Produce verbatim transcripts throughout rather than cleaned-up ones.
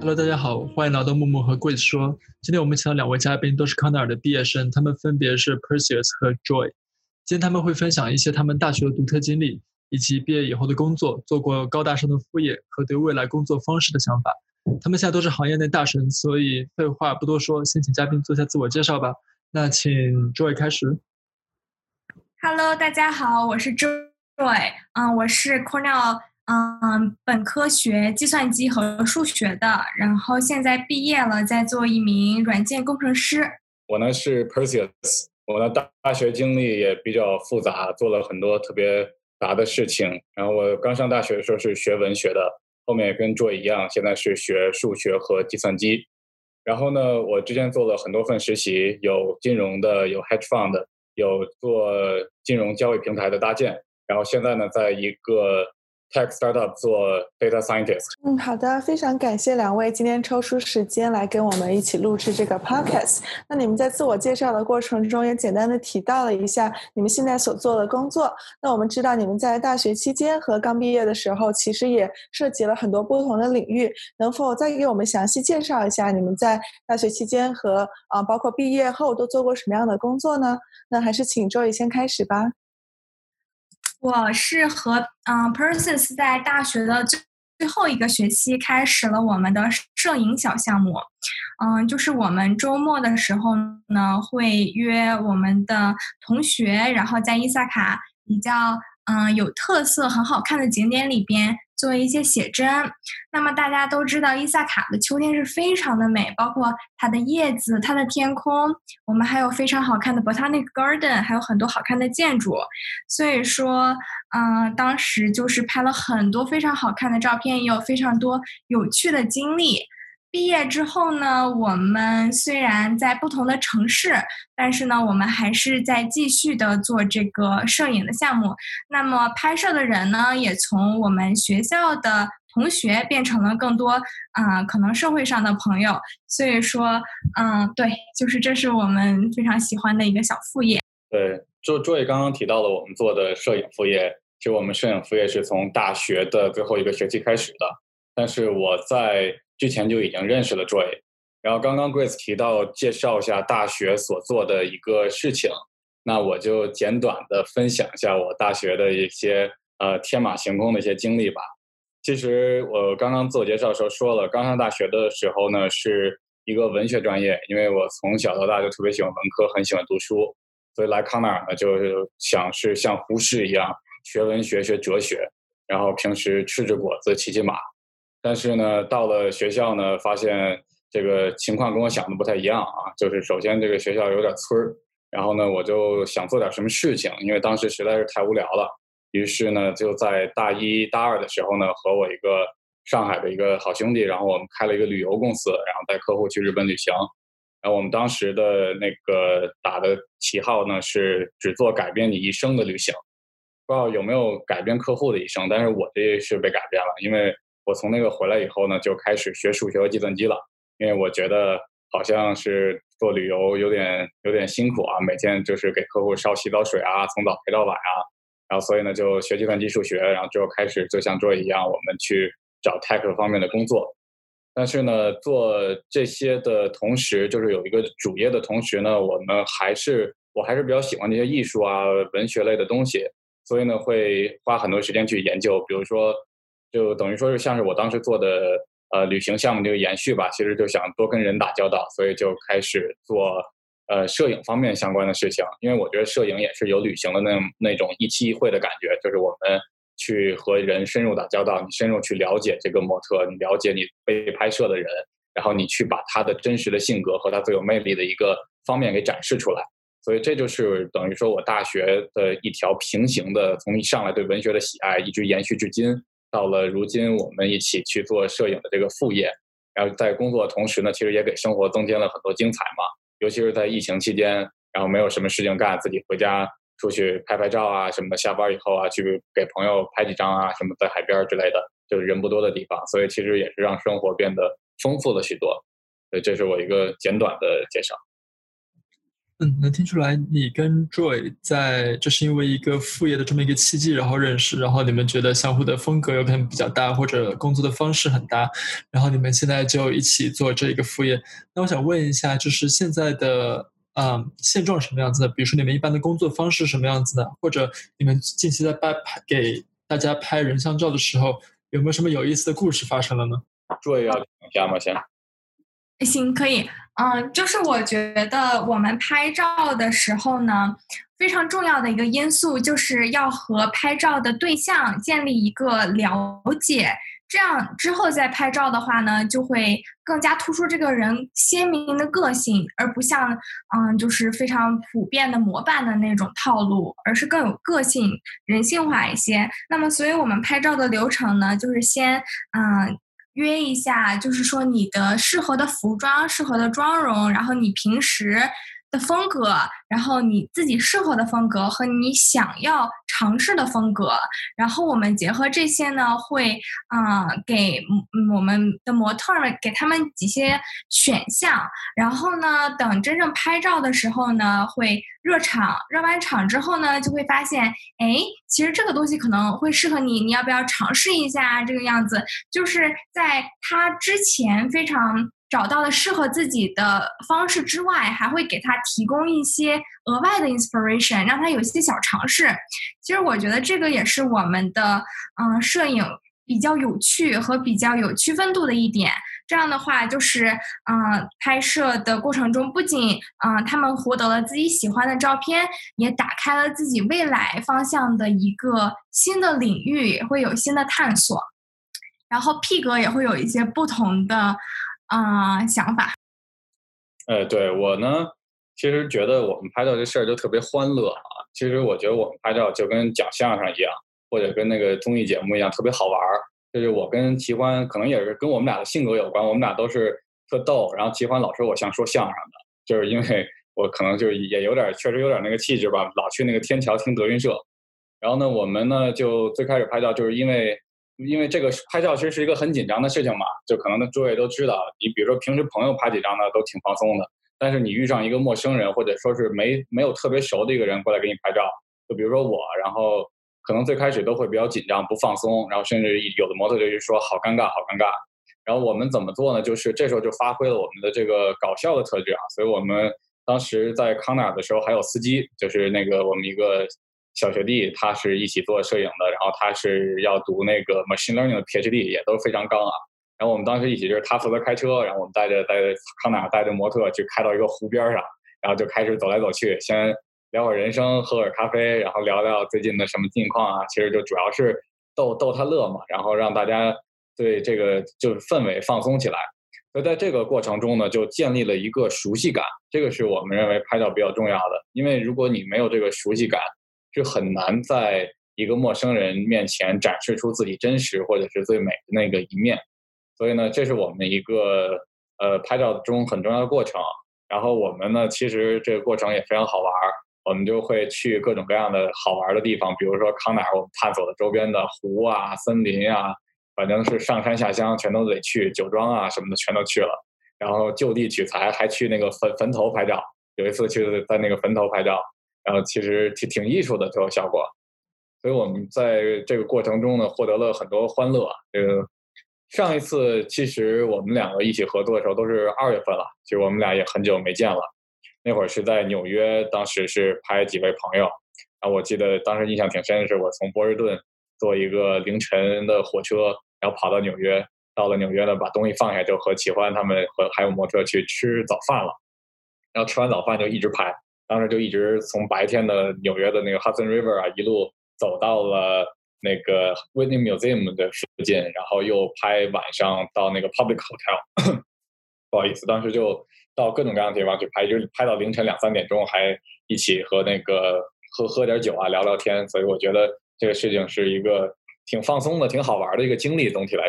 Hello，大家好，欢迎来到木木和 Grace 说。今天我们请到两位嘉宾，都是康奈尔的毕业生，他们分别是 Perseus 和 Joy。今天他们会分享一些他们大学的独特经历，以及毕业以后的工作，做过高大上的副业和对未来工作方式的想法。他们现在都是行业内大神，所以废话不多说，先请嘉宾做一下自我介绍吧。那请 Joy 开始。 Hello， 大家好，我是 Joy。嗯，我是 Cornell 嗯本科学计算机和数学的，然后现在毕业了，在做一名软件工程师。 我呢是 Perseus， 我的大大学经历也比较复杂，做了很多特别杂的事情。然后我刚上大学的时候是学文学的，后面也跟 Joy 一样，现在是学数学和计算机。然后呢，我之前做了很多份实习，有金融的，有 hedge fund 的，有做金融交易平台的搭建。然后现在呢，在一个 tech startup 做 data scientist。 嗯，好的，非常感谢两位今天抽出时间来跟我们一起录制这个 podcast。那你们在自我介绍的过程中也简单的提到了一下你们现在所做的工作。那我们知道你们在大学期间和刚毕业的时候，其实也涉及了很多不同的领域。能否再给我们详细介绍一下你们在大学期间和啊、呃、包括毕业后都做过什么样的工作呢？那还是请周宇先开始吧。 我是和嗯 Perseus 在大学的最最后一个学期开始了我们的摄影小项目。嗯，就是我们周末的时候呢，会约我们的同学，然后在伊萨卡比较嗯有特色、很好看的景点里边做一些写真。那么大家都知道伊萨卡的秋天是非常的美，包括它的叶子、它的天空，我们还有非常好看的 Botanic Garden， 还有很多好看的建筑。所以说嗯、呃，当时就是拍了很多非常好看的照片，也有非常多有趣的经历。毕业之后呢，我们虽然在不同的城市，但是呢，我们还是在继续的做这个摄影的项目。那么拍摄的人呢，也从我们学校的同学变成了更多啊、呃，可能社会上的朋友。所以说，嗯、呃，对，就是这是我们非常喜欢的一个小副业。 对，就Joy刚刚提到了我们做的摄影副业，其实我们摄影副业是从大学的最后一个学期开始的，但是我在之前就已经认识了 Joy。 然后刚刚 Grace 提到介绍一下大学所做的一个事情，那我就简短的分享一下我大学的一些呃天马行空的一些经历吧。其实我刚刚自我介绍的时候说了，刚上大学的时候呢是一个文学专业，因为我从小到大就特别喜欢文科，很喜欢读书，所以来康奈尔呢就是想是像胡适一样学文学学哲学，然后平时吃着果子骑骑马。但是呢到了学校呢发现这个情况跟我想的不太一样啊，就是首先这个学校有点村儿，然后呢我就想做点什么事情，因为当时实在是太无聊了。于是呢就在大一大二的时候呢和我一个上海的一个好兄弟，然后我们开了一个旅游公司，然后带客户去日本旅行。然后我们当时的那个打的旗号呢是只做改变你一生的旅行，不知道有没有改变客户的一生，但是我这是被改变了，因为我从那个回来以后呢就开始学数学和计算机了，因为我觉得好像是做旅游有点有点辛苦啊，每天就是给客户烧洗澡水啊，从早陪到晚啊，然后所以呢就学计算机数学，然后之后开始就像 Joy 一样，我们去找 tech 方面的工作。但是呢做这些的同时，就是有一个主业的同时呢，我们还是我还是比较喜欢这些艺术啊文学类的东西，所以呢会花很多时间去研究。比如说就等于说是像是我当时做的呃旅行项目这个延续吧，其实就想多跟人打交道，所以就开始做呃摄影方面相关的事情。因为我觉得摄影也是有旅行的那那种一期一会的感觉，就是我们去和人深入打交道，你深入去了解这个模特，你了解你被拍摄的人，然后你去把他的真实的性格和他最有魅力的一个方面给展示出来。所以这就是等于说我大学的一条平行的，从一上来对文学的喜爱一直延续至今，到了如今我们一起去做摄影的这个副业。然后在工作的同时呢，其实也给生活增添了很多精彩嘛，尤其是在疫情期间，然后没有什么事情干，自己回家出去拍拍照啊什么的，下班以后啊去给朋友拍几张啊什么，在海边之类的，就是人不多的地方，所以其实也是让生活变得丰富了许多。所以这是我一个简短的介绍。 嗯，能听出来你跟 Joy 在就是因为一个副业的这么一个契机，然后认识，然后你们觉得相互的风格有可能比较搭，或者工作的方式很搭，然后你们现在就一起做这一个副业。那我想问一下，就是现在的嗯现状是什么样子的？比如说你们一般的工作方式是什么样子的？或者你们近期在拍拍给大家拍人像照的时候，有没有什么有意思的故事发生了呢 ？Joy 要讲一下吗？先。 行，可以。嗯，就是我觉得我们拍照的时候呢，非常重要的一个因素就是要和拍照的对象建立一个了解，这样之后再拍照的话呢，就会更加突出这个人鲜明的个性，而不像嗯，就是非常普遍的模板的那种套路，而是更有个性、人性化一些。那么，所以我们拍照的流程呢，就是先嗯。约一下，就是说你的适合的服装、适合的妆容，然后你平时的风格，然后你自己适合的风格和你想要尝试的风格，然后我们结合这些呢，会啊、呃、给我们的模特儿给他们几些选项，然后呢，等真正拍照的时候呢，会热场，热完场之后呢，就会发现，哎，其实这个东西可能会适合你，你要不要尝试一下这个样子？就是在他之前非常找到了适合自己的方式之外，还会给他提供一些额外的 inspiration， 让他有一些小尝试。其实我觉得这个也是我们的嗯、呃、摄影比较有趣和比较有区分度的一点。这样的话，就是嗯、呃、拍摄的过程中，不仅嗯、呃、他们获得了自己喜欢的照片，也打开了自己未来方向的一个新的领域，也会有新的探索。然后 P 哥也会有一些不同的啊、呃、想法。 呃，对我呢，其实觉得我们拍照这事儿就特别欢乐啊。其实我觉得我们拍照就跟讲相声一样，或者跟那个综艺节目一样，特别好玩儿。就是我跟齐欢可能也是跟我们俩的性格有关，我们俩都是特逗。然后齐欢老说我像说相声的，就是因为我可能就是也有点，确实有点那个气质吧，老去那个天桥听德云社。然后呢，我们呢就最开始拍照，就是因为因为这个拍照其实是一个很紧张的事情嘛，就可能诸位都知道，你比如说平时朋友拍几张呢都挺放松的，但是你遇上一个陌生人或者说是没没有特别熟的一个人过来给你拍照，就比如说我，然后可能最开始都会比较紧张不放松，然后甚至有的模特就是说好尴尬好尴尬。然后我们怎么做呢？就是这时候就发挥了我们的这个搞笑的特质啊，所以我们当时在康奈尔的时候还有司机，就是那个我们一个小学弟，他是一起做摄影的，然后他是要读那个 machine learning 的 PhD， 也都非常刚啊。然后我们当时一起就是他负责开车，然后我们带着带着康奈尔带着模特去开到一个湖边上，然后就开始走来走去，先聊会儿人生，喝会儿咖啡，然后聊聊最近的什么近况啊。其实就主要是逗逗他乐嘛，然后让大家对这个就是氛围放松起来。所以在这个过程中呢，就建立了一个熟悉感，这个是我们认为拍照比较重要的。因为如果你没有这个熟悉感，是很难在一个陌生人面前展示出自己真实或者是最美的那个一面。所以呢，这是我们一个呃拍照中很重要的过程。然后我们呢，其实这个过程也非常好玩，我们就会去各种各样的好玩的地方，比如说康奈尔我们探索的周边的湖啊、森林啊，反正是上山下乡全都得去，酒庄啊什么的全都去了。然后就地取材，还去那个坟坟头拍照，有一次去在那个坟头拍照，然后其实挺挺艺术的，最后效果。所以我们在这个过程中呢，获得了很多欢乐。这个上一次其实我们两个一起合作的时候都是二月份了，其实我们俩也很久没见了。那会儿是在纽约，当时是拍几位朋友。然后我记得当时印象挺深的是，我从波士顿坐一个凌晨的火车，然后跑到纽约。到了纽约呢，把东西放下，就和齐欢他们和还有模特去吃早饭了。然后吃完早饭就一直拍，当时就一直从白天的纽约的那个 Hudson River 啊，一路走到了那个 Whitney Museum 的附近，然后又拍晚上到那个 Public Hotel 不好意思，当时就到各种各样的地方去拍，就是拍到凌晨两三点钟，还一起和那个喝喝点酒啊，聊聊天。所以我觉得这个事情是一个挺放松的、挺好玩的一个经历。总体来说，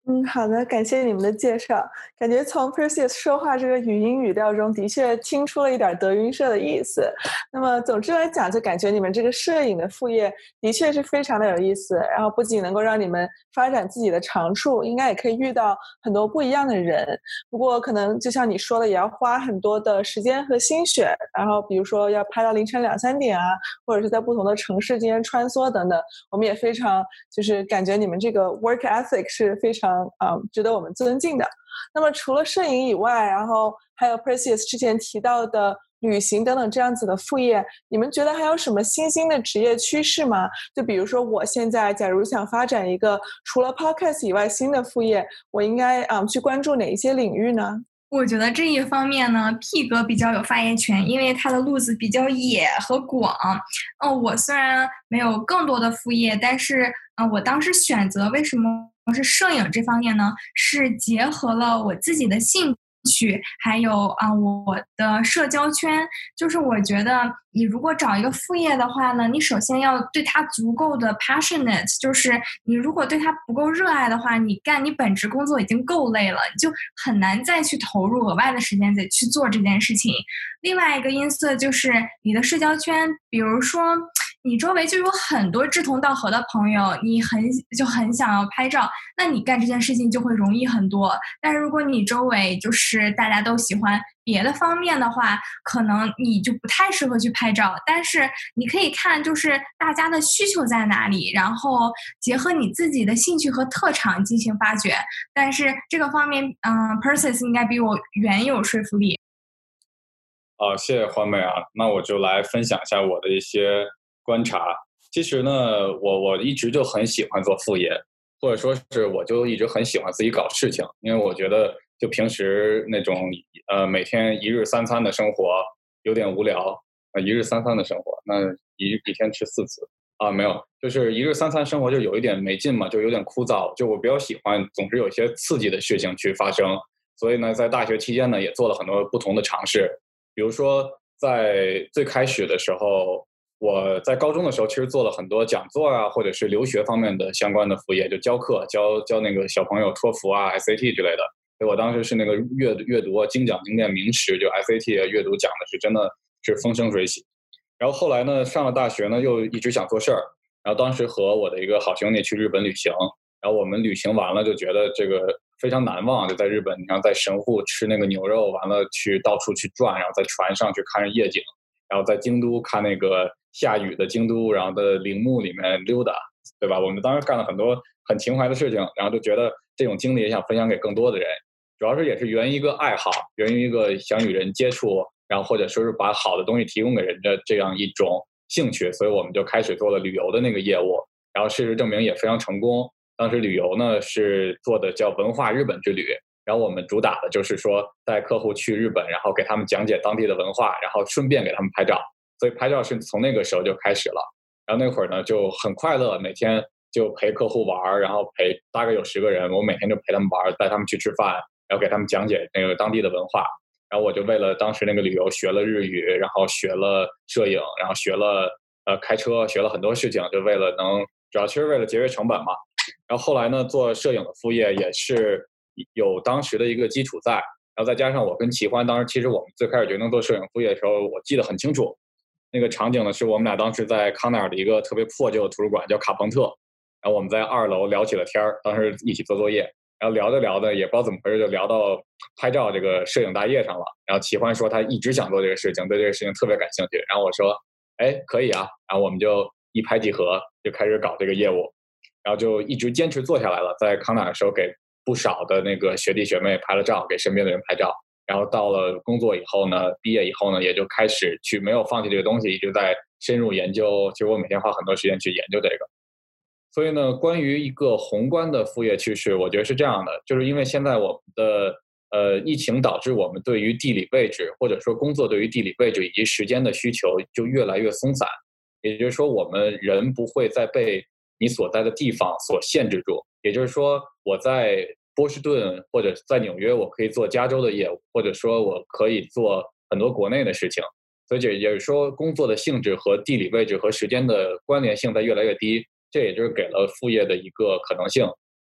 嗯，好的，感谢你们的介绍。感觉从 Perseus 说话这个语音语调中，的确听出了一点德云社的意思。那么总之来讲，就感觉你们这个摄影的副业的确是非常的有意思。然后不仅能够让你们发展自己的长处，应该也可以遇到很多不一样的人。不过可能就像你说的，也要花很多的时间和心血。然后比如说要拍到凌晨两三点啊，或者是在不同的城市间穿梭等等。我们也非常就是感觉你们这个 work ethic 是非常嗯值得我们尊敬的。那么除了摄影以外，然后还有 Perseus 之前提到的旅行等等这样子的副业，你们觉得还有什么新兴的职业趋势吗？就比如说我现在假如想发展一个除了 podcast 以外新的副业，我应该嗯去关注哪一些领域呢？ 我觉得这一方面呢 ，P 哥比较有发言权，因为他的路子比较野和广。哦，我虽然没有更多的副业，但是呃，我当时选择为什么是摄影这方面呢？是结合了我自己的兴趣，还有啊、呃、我的社交圈。就是我觉得你如果找一个副业的话呢，你首先要对它足够的 passionate， 就是你如果对它不够热爱的话，你干你本职工作已经够累了，你就很难再去投入额外的时间再去做这件事情。另外一个因素就是你的社交圈，比如说你周围就有很多志同道合的朋友，你很就很想要拍照，那你干这件事情就会容易很多。但是如果你周围就是大家都喜欢别的方面的话，可能你就不太适合去拍照。但是你可以看就是大家的需求在哪里，然后结合你自己的兴趣和特长进行发掘。但是这个方面，嗯 ，Perseus 应该比我远有说服力。 好、呃，谢谢欢美啊，那我就来分享一下我的一些观察。其实呢，我我一直就很喜欢做副业，或者说是我就一直很喜欢自己搞事情，因为我觉得就平时那种呃每天一日三餐的生活有点无聊啊、呃，一日三餐的生活，那一一天吃四次啊，没有，就是一日三餐生活就有一点没劲嘛，就有点枯燥，就我比较喜欢总是有一些刺激的事情去发生，所以呢，在大学期间呢，也做了很多不同的尝试。比如说，在最开始的时候，我在高中的时候，其实做了很多讲座啊，或者是留学方面的相关的副业，就教课，教教那个小朋友托福啊、S A T 之类的。所以我当时是那个阅阅读精讲精炼名师，就 S A T 阅读讲的是真的是风生水起。然后后来呢，上了大学呢，又一直想做事儿。然后当时和我的一个好兄弟去日本旅行，然后我们旅行完了就觉得这个非常难忘，就在日本，你看在神户吃那个牛肉，完了去到处去转，然后在船上去看夜景，然后在京都看那个下雨的京都，然后的陵墓里面溜达，对吧？我们当时干了很多很情怀的事情，然后就觉得这种经历也想分享给更多的人，主要是也是源于一个爱好，源于一个想与人接触，然后或者说是把好的东西提供给人的这样一种兴趣，所以我们就开始做了旅游的那个业务，然后事实证明也非常成功。当时旅游呢是做的叫文化日本之旅，然后我们主打的就是说带客户去日本，然后给他们讲解当地的文化，然后顺便给他们拍照，所以拍照是从那个时候就开始了。然后那会儿呢就很快乐，每天就陪客户玩，然后陪大概有十个人，我每天就陪他们玩，带他们去吃饭，然后给他们讲解那个当地的文化。然后我就为了当时那个旅游学了日语，然后学了摄影，然后学了呃开车，学了很多事情，就为了能主要其实为了节约成本嘛。然后后来呢，做摄影的副业也是有当时的一个基础在，然后再加上我跟齐欢，当时其实我们最开始决定做摄影副业的时候，我记得很清楚，那个场景呢是我们俩当时在康奈尔的一个特别破旧的图书馆，叫卡朋特，然后我们在二楼聊起了天儿，当时一起做作业，然后聊着聊着也不知道怎么回事，就聊到拍照这个摄影大业上了。然后齐欢说他一直想做这个事情，对这个事情特别感兴趣，然后我说，哎，可以啊，然后我们就一拍即合，就开始搞这个业务。然后就一直坚持做下来了，在康奈尔的时候给不少的那个学弟学妹拍了照，给身边的人拍照。然后到了工作以后呢，毕业以后呢，也就开始去没有放弃这个东西，一直在深入研究。其实我每天花很多时间去研究这个。所以呢，关于一个宏观的副业趋势，我觉得是这样的，就是因为现在我们的呃疫情导致我们对于地理位置，或者说工作对于地理位置以及时间的需求就越来越松散。也就是说，我们人不会再被你所在的地方所限制住，也就是说，我在波士顿或者在纽约，我可以做加州的业务，或者说我可以做很多国内的事情。所以这也就是说，工作的性质和地理位置和时间的关联性在越来越低，这也就是给了副业的一个可能性。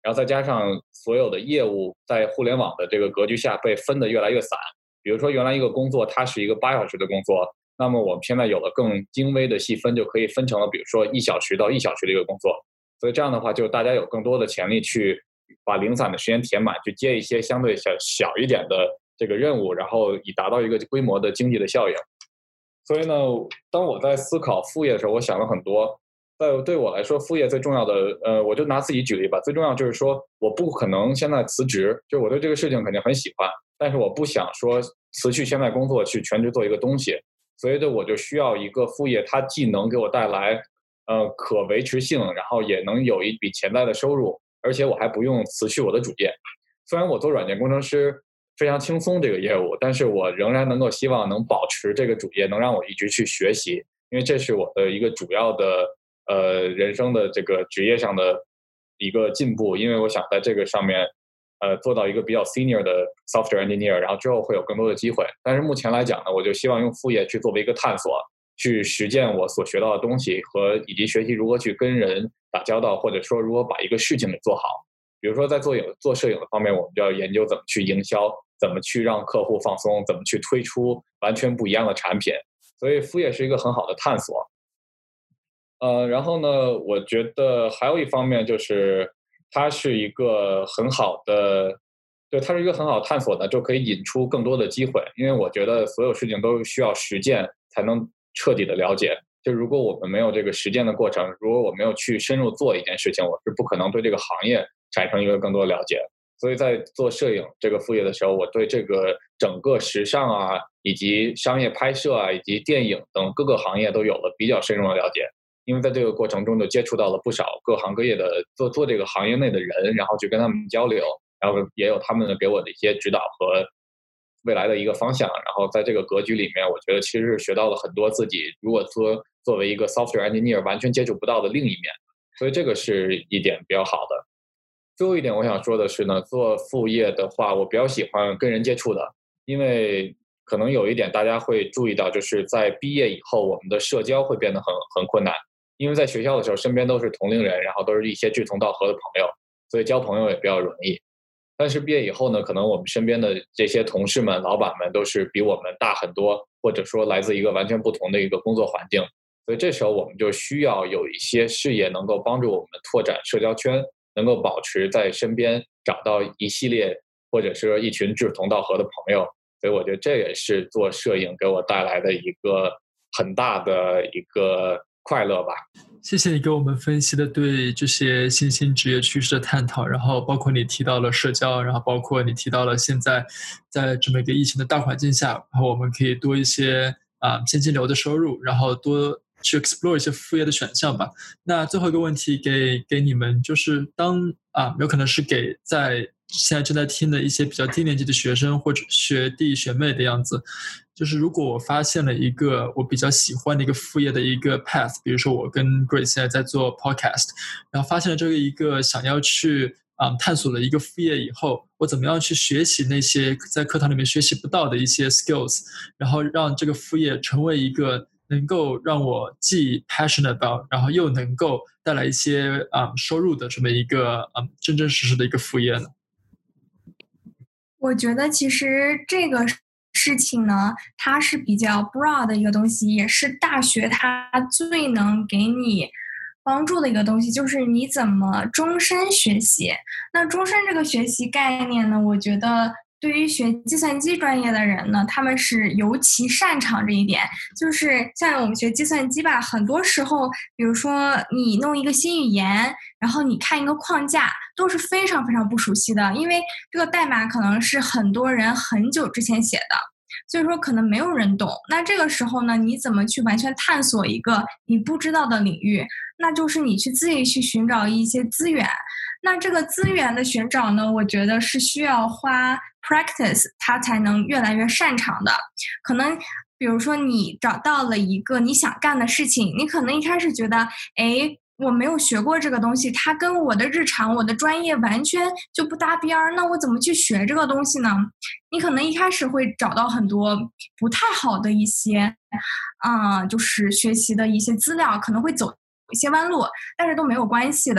然后再加上所有的业务在互联网的这个格局下被分得越来越散。比如说原来一个工作它是一个八小时的工作，那么我们现在有了更精微的细分，就可以分成了比如说一小时到一小时的一个工作。所以这样的话，就大家有更多的潜力去把零散的时间填满，去接一些相对小小一点的这个任务，然后以达到一个规模的经济的效应。所以呢，当我在思考副业的时候，我想了很多。在对我来说，副业最重要的，呃，我就拿自己举例吧。最重要就是说，我不可能现在辞职，就我对这个事情肯定很喜欢，但是我不想说辞去现在工作去全职做一个东西。所以的我就需要一个副业，它既能给我带来呃可维持性，然后也能有一笔潜在的收入，而且我还不用辞去我的主业。虽然我做软件工程师非常轻松这个业务，但是我仍然能够希望能保持这个主业，能让我一直去学习，因为这是我的一个主要的呃人生的这个职业上的一个进步。因为我想在这个上面呃做到一个比较 senior 的 software engineer， 然后之后会有更多的机会。但是目前来讲呢，我就希望用副业去作为一个探索，去实践我所学到的东西，和以及学习如何去跟人打交道，或者说如何把一个事情给做好。比如说在做影做摄影的方面，我们就要研究怎么去营销，怎么去让客户放松，怎么去推出完全不一样的产品。所以副业是一个很好的探索。呃，然后呢，我觉得还有一方面就是它是一个很好的，对，它是一个很好的探索呢，就可以引出更多的机会。因为我觉得所有事情都需要实践才能彻底的了解。就如果我们没有这个实践的过程，如果我没有去深入做一件事情，我是不可能对这个行业产生一个更多的了解。所以在做摄影这个副业的时候，我对这个整个时尚啊，以及商业拍摄啊，以及电影等各个行业都有了比较深入的了解。因为在这个过程中就接触到了不少各行各业的做做这个行业内的人，然后去跟他们交流，然后也有他们给我的一些指导和未来的一个方向。然后在这个格局里面，我觉得其实是学到了很多自己如果说作为一个 software engineer 完全接触不到的另一面，所以这个是一点比较好的。最后一点我想说的是呢，做副业的话，我比较喜欢跟人接触的。因为可能有一点大家会注意到，就是在毕业以后，我们的社交会变得很很困难。因为在学校的时候，身边都是同龄人，然后都是一些志同道合的朋友，所以交朋友也比较容易。但是毕业以后呢，可能我们身边的这些同事们、老板们都是比我们大很多，或者说来自一个完全不同的一个工作环境。所以这时候我们就需要有一些事业能够帮助我们拓展社交圈，能够保持在身边找到一系列或者是一群志同道合的朋友。所以我觉得这也是做摄影给我带来的一个很大的一个快乐吧。 谢谢你给我们分析的对这些新兴职业趋势的探讨，然后包括你提到了社交，然后包括你提到了现在在这么一个疫情的大环境下，然后我们可以多一些啊、呃、现金流的收入，然后多去 explore 一些副业的选项吧。那最后一个问题给给你们，就是当啊有可能是给在现在正在听的一些比较低年级的学生或者学弟学妹的样子，就是如果我发现了一个我比较喜欢的一个副业的一个 path， 比如说我跟 Grace 现在在做 podcast， 然后发现了这个一个想要去嗯探索的一个副业以后，我怎么样去学习那些在课堂里面学习不到的一些 skills， 然后让这个副业成为一个能够让我既 passionate about， 然后又能够带来一些嗯收入的这么一个嗯真真实实的一个副业呢？ 我觉得其实这个事情呢，它是比较 broad 的一个东西，也是大学它最能给你帮助的一个东西，就是你怎么终身学习。那终身这个学习概念呢，我觉得对于学计算机专业的人呢，他们是尤其擅长这一点。就是像我们学计算机吧，很多时候，比如说你弄一个新语言，然后你看一个框架，都是非常非常不熟悉的，因为这个代码可能是很多人很久之前写的，所以说可能没有人懂。那这个时候呢，你怎么去完全探索一个你不知道的领域？那就是你去自己去寻找一些资源。那这个资源的寻找呢，我觉得是需要花 practice， 它才能越来越擅长的。可能比如说你找到了一个你想干的事情，你可能一开始觉得，诶，我没有学过这个东西，它跟我的日常、我的专业完全就不搭边儿，那我怎么去学这个东西呢？你可能一开始会找到很多不太好的一些，啊、呃，就是学习的一些资料，可能会走一些弯路，但是都没有关系的。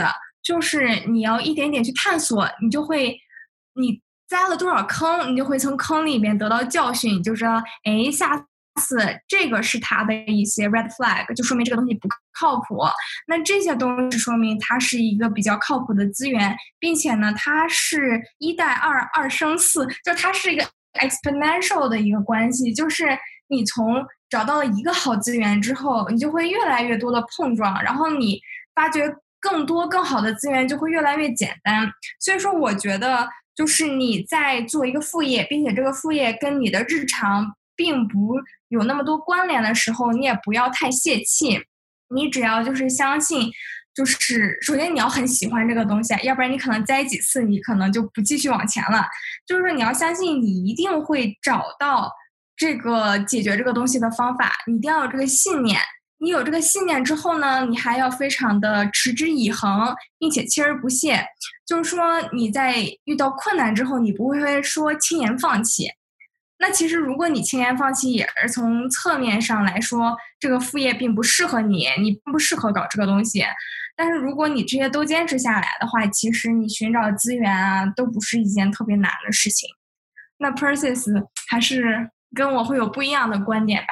就是你要一点点去探索，你就会你栽了多少坑，你就会从坑里面得到教训，你就知道，哎，下次这个是它的一些 red flag， 就说明这个东西不靠谱。那这些东西说明它是一个比较靠谱的资源，并且呢，它是一带二，二生四，就它是一个 exponential 的一个关系，就是你从找到了一个好资源之后，你就会越来越多的碰撞，然后你发掘更多更好的资源就会越来越简单。所以说我觉得就是你在做一个副业，并且这个副业跟你的日常并不有那么多关联的时候，你也不要太泄气，你只要就是相信，就是首先你要很喜欢这个东西，要不然你可能栽几次你可能就不继续往前了。就是说你要相信你一定会找到这个解决这个东西的方法，你一定要有这个信念。你有这个信念之后呢，你还要非常的持之以恒，并且锲而不懈。就是说你在遇到困难之后，你不会说轻言放弃。那其实如果你轻言放弃，也是从侧面上来说，这个副业并不适合你，你并不适合搞这个东西。但是如果你这些都坚持下来的话，其实你寻找资源啊，都不是一件特别难的事情。那 Persis 还是跟我会有不一样的观点吧。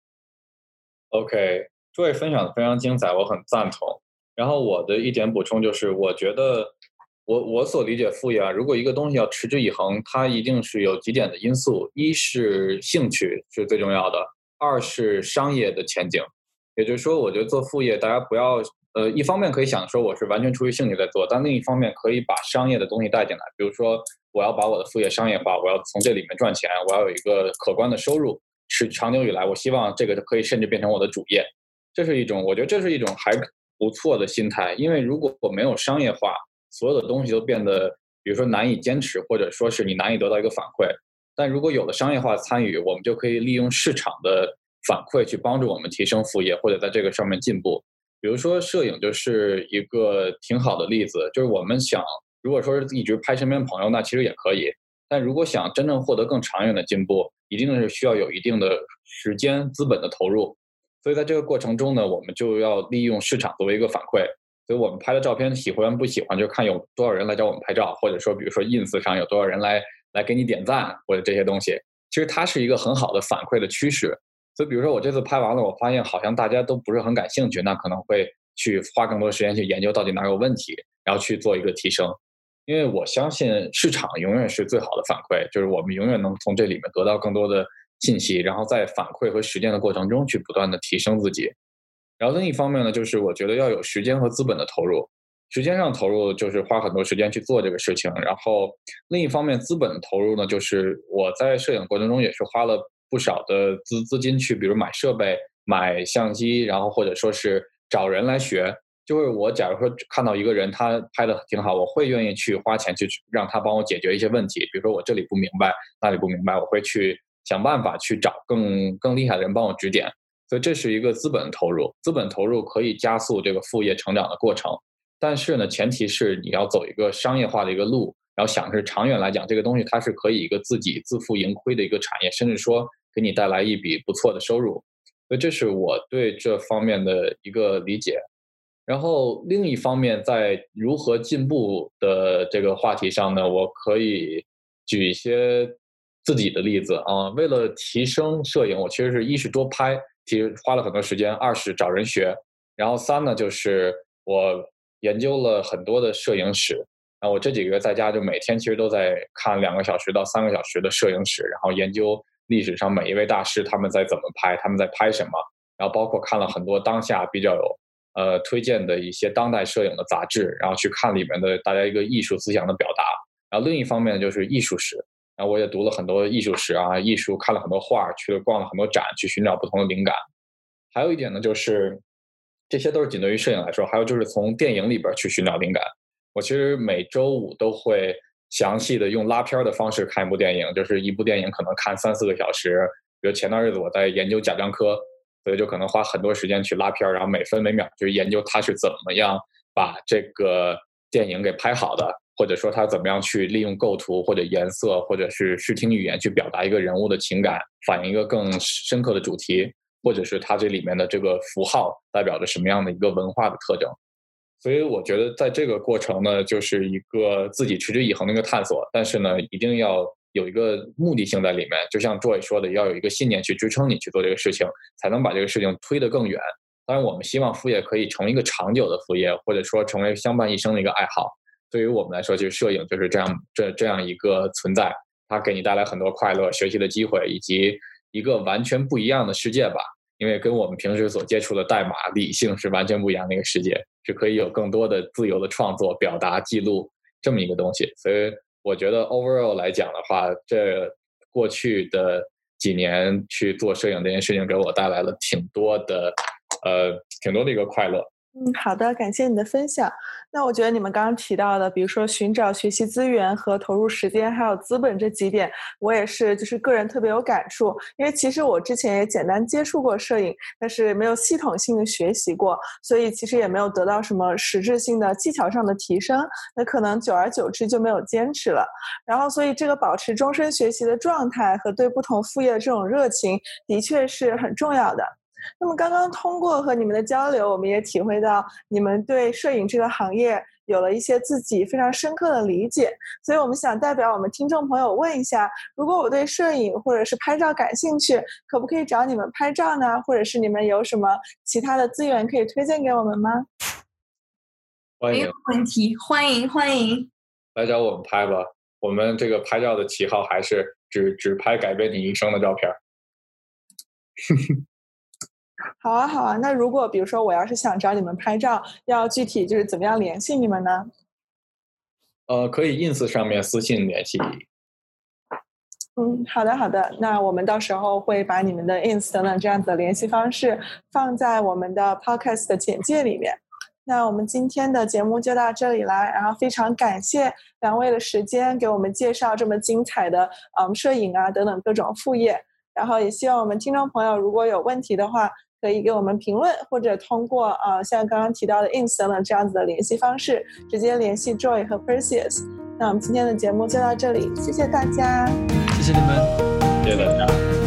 OK， 诸位分享的非常精彩，我很赞同。然后我的一点补充就是，我觉得我我所理解副业啊，如果一个东西要持之以恒，它一定是有几点的因素：一是兴趣是最重要的，二是商业的前景。也就是说，我觉得做副业，大家不要呃，一方面可以想说我是完全出于兴趣在做，但另一方面可以把商业的东西带进来，比如说我要把我的副业商业化，我要从这里面赚钱，我要有一个可观的收入，是长久以来我希望这个可以甚至变成我的主业。这是一种，我觉得这是一种还不错的心态，因为如果我没有商业化，所有的东西都变得，比如说难以坚持，或者说是你难以得到一个反馈。但如果有了商业化参与，我们就可以利用市场的反馈去帮助我们提升副业，或者在这个上面进步。比如说摄影就是一个挺好的例子，就是我们想，如果说是一直拍身边朋友，那其实也可以。但如果想真正获得更长远的进步，一定是需要有一定的时间资本的投入。所以在这个过程中呢，我们就要利用市场作为一个反馈。所以我们拍的照片喜欢不喜欢，就看有多少人来找我们拍照，或者说比如说 ins 上有多少人来来给你点赞，或者这些东西，其实它是一个很好的反馈的趋势。所以比如说我这次拍完了，我发现好像大家都不是很感兴趣，那可能会去花更多时间去研究到底哪有问题，然后去做一个提升。因为我相信市场永远是最好的反馈，就是我们永远能从这里面得到更多的信息，然后在反馈和实践的过程中去不断的提升自己。然后另一方面呢，就是我觉得要有时间和资本的投入。时间上投入就是花很多时间去做这个事情，然后另一方面资本的投入呢，就是我在摄影过程中也是花了不少的资资金去，比如买设备、买相机，然后或者说是找人来学。就是我假如说看到一个人他拍的挺好，我会愿意去花钱去让他帮我解决一些问题，比如说我这里不明白，那里不明白，我会去想办法去找更更厉害的人帮我指点。所以这是一个资本投入，资本投入可以加速这个副业成长的过程。但是呢，前提是你要走一个商业化的一个路，然后想是长远来讲，这个东西它是可以一个自己自负盈亏的一个产业，甚至说给你带来一笔不错的收入。所以这是我对这方面的一个理解。然后另一方面，在如何进步的这个话题上呢，我可以举一些自己的例子啊。为了提升摄影，我其实是一是多拍，其实花了很多时间；二是找人学，然后三呢就是我研究了很多的摄影史。啊，我这几个月在家就每天其实都在看两个小时到三个小时的摄影史，然后研究历史上每一位大师他们在怎么拍，他们在拍什么，然后包括看了很多当下比较有呃推荐的一些当代摄影的杂志，然后去看里面的大家一个艺术思想的表达。然后另一方面就是艺术史，然后我也读了很多艺术史啊，艺术看了很多画，去逛了很多展，去寻找不同的灵感。还有一点呢，就是这些都是仅对于摄影来说，还有就是从电影里边去寻找灵感。我其实每周五都会详细的用拉片的方式看一部电影，就是一部电影可能看三四个小时。比如前段日子我在研究贾樟柯，所以就可能花很多时间去拉片，然后每分每秒就是研究他是怎么样把这个电影给拍好的，或者说他怎么样去利用构图或者颜色或者是视听语言去表达一个人物的情感，反映一个更深刻的主题，或者是他这里面的这个符号代表着什么样的一个文化的特征。 所以我觉得在这个过程呢，就是一个自己持之以恒的一个探索，但是呢，一定要有一个目的性在里面，就像 Joy 说的，要有一个信念去支撑你去做这个事情，才能把这个事情推得更远。当然我们希望副业可以成为一个长久的副业，或者说成为相伴一生的一个爱好。对于我们来说，其实摄影就是这样这这样一个存在，它给你带来很多快乐、学习的机会，以及一个完全不一样的世界吧。因为跟我们平时所接触的代码理性是完全不一样的一个世界，是可以有更多的自由的创作、表达、记录这么一个东西。所以我觉得 overall 来讲的话，这过去的几年去做摄影这件事情给我带来了挺多的呃挺多的一个快乐。 嗯，好的，感谢你的分享。那我觉得你们刚刚提到的，比如说寻找学习资源和投入时间还有资本这几点，我也是就是个人特别有感触。因为其实我之前也简单接触过摄影，但是没有系统性的学习过，所以其实也没有得到什么实质性的技巧上的提升，那可能久而久之就没有坚持了。然后所以这个保持终身学习的状态和对不同副业的这种热情的确是很重要的。那么刚刚通过和你们的交流，我们也体会到你们对摄影这个行业有了一些自己非常深刻的理解，所以我们想代表我们听众朋友问一下，如果我对摄影或者是拍照感兴趣，可不可以找你们拍照呢？或者是你们有什么其他的资源可以推荐给我们吗？ 欢迎， 没有问题，欢迎欢迎， 来找我们拍吧。我们这个拍照的旗号还是只只拍改变你一生的照片。 好啊好啊，那如果比如说我要是想找你们拍照，要具体就是怎么样联系你们呢？ 呃，可以 ins 上面私信联系。 嗯，好的好的，那我们到时候会把你们的 ins 等等这样子的联系方式放在我们的 podcast 的简介里面。那我们今天的节目就到这里来，然后非常感谢两位的时间，给我们介绍这么精彩的嗯摄影啊等等各种副业。然后也希望我们听众朋友如果有问题的话，可以给我们评论，或者通过呃像刚刚提到的 ins 等等这样子的联系方式直接联系 Joy 和 Perseus。 那我们今天的节目就到这里，谢谢大家。 谢谢你们， 谢谢大家。